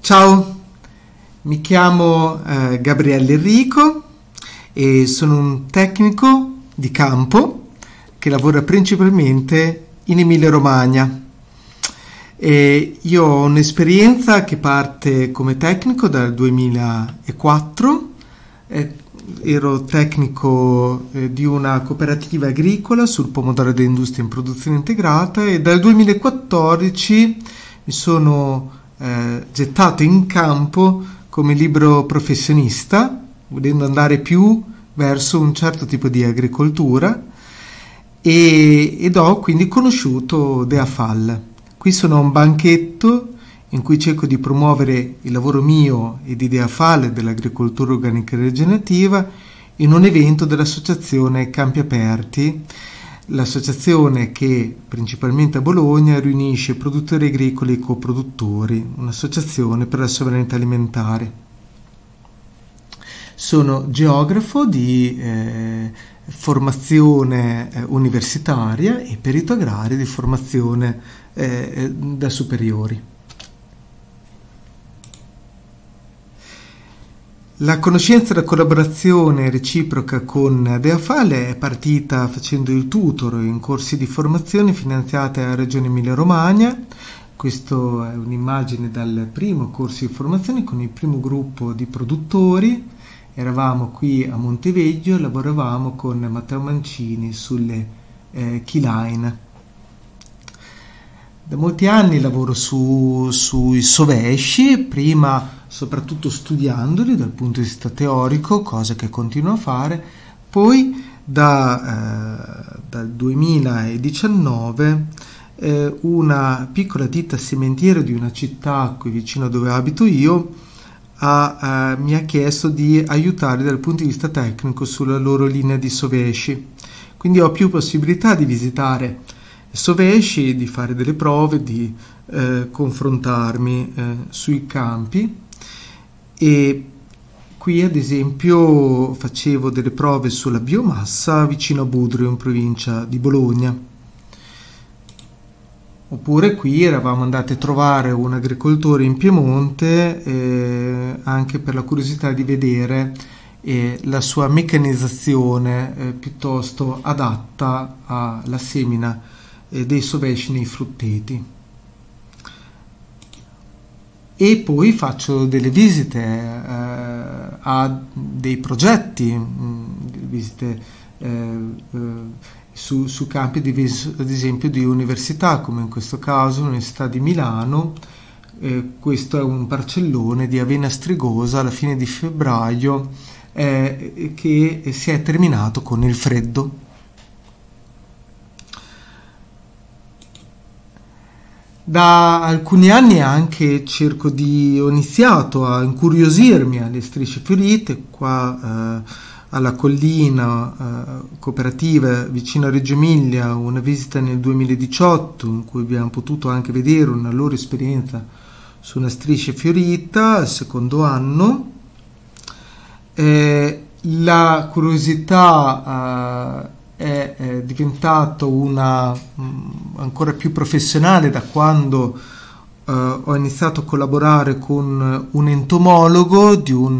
Ciao, mi chiamo Gabriele Enrico e sono un tecnico di campo che lavora principalmente in Emilia-Romagna. E io ho un'esperienza che parte come tecnico dal 2004. Ero tecnico di una cooperativa agricola sul pomodoro d'industria in produzione integrata e dal 2014 mi sono gettato in campo come libero professionista, volendo andare più verso un certo tipo di agricoltura ed ho quindi conosciuto DEAFAL. Qui sono a un banchetto in cui cerco di promuovere il lavoro mio e di DEAFAL, dell'agricoltura organica e rigenerativa, in un evento dell'associazione Campi Aperti, l'associazione che principalmente a Bologna riunisce produttori agricoli e coproduttori, un'associazione per la sovranità alimentare. Sono geografo di formazione universitaria e perito agrario di formazione da superiori. La conoscenza e la collaborazione reciproca con DEAFAL è partita facendo il tutor in corsi di formazione finanziati alla Regione Emilia-Romagna. Questa è un'immagine dal primo corso di formazione con il primo gruppo di produttori. Eravamo qui a Monteveggio e lavoravamo con Matteo Mancini sulle keyline. Da molti anni lavoro sui sovesci, prima soprattutto studiandoli dal punto di vista teorico, cosa che continuo a fare, poi dal 2019 una piccola ditta sementiera di una città qui vicino dove abito io mi ha chiesto di aiutare dal punto di vista tecnico sulla loro linea di sovesci, quindi ho più possibilità di visitare sovesci, di fare delle prove, di confrontarmi sui campi. E qui ad esempio facevo delle prove sulla biomassa vicino a Budrio in provincia di Bologna. Oppure qui eravamo andati a trovare un agricoltore in Piemonte anche per la curiosità di vedere la sua meccanizzazione piuttosto adatta alla semina dei sovesci nei frutteti. E poi faccio delle visite a dei progetti, visite su campi ad esempio di università, come in questo caso l'Università di Milano. Questo è un parcellone di avena strigosa alla fine di febbraio che si è terminato con il freddo. Da alcuni anni anche ho iniziato a incuriosirmi alle strisce fiorite, qua alla collina cooperativa vicino a Reggio Emilia, una visita nel 2018 in cui abbiamo potuto anche vedere una loro esperienza su una striscia fiorita, al secondo anno. La curiosità è diventato ancora più professionale da quando ho iniziato a collaborare con un entomologo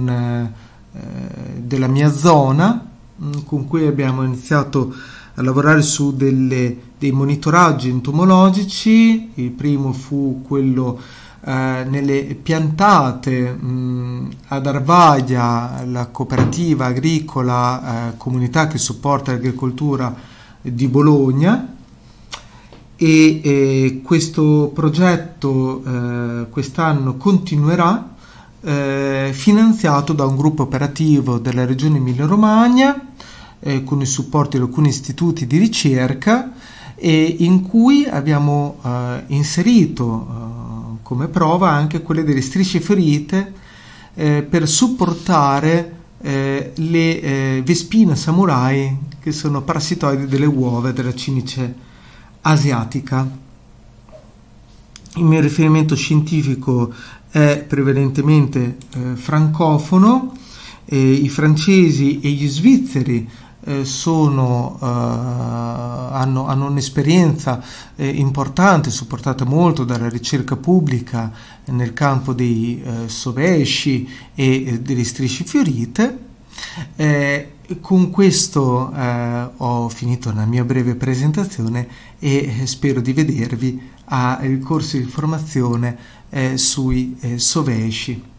della mia zona, con cui abbiamo iniziato a lavorare su dei monitoraggi entomologici. Il primo fu quello nelle piantate ad Arvaglia, la cooperativa agricola comunità che supporta l'agricoltura di Bologna, e questo progetto quest'anno continuerà, finanziato da un gruppo operativo della Regione Emilia-Romagna con il supporto di alcuni istituti di ricerca, e in cui abbiamo inserito come prova anche quelle delle strisce fiorite per supportare le vespine samurai, che sono parassitoidi delle uova della cimice asiatica. Il mio riferimento scientifico è prevalentemente francofono. I francesi e gli svizzeri hanno un'esperienza importante, supportata molto dalla ricerca pubblica nel campo dei sovesci e delle strisce fiorite. Con questo ho finito la mia breve presentazione e spero di vedervi al corso di formazione sui sovesci.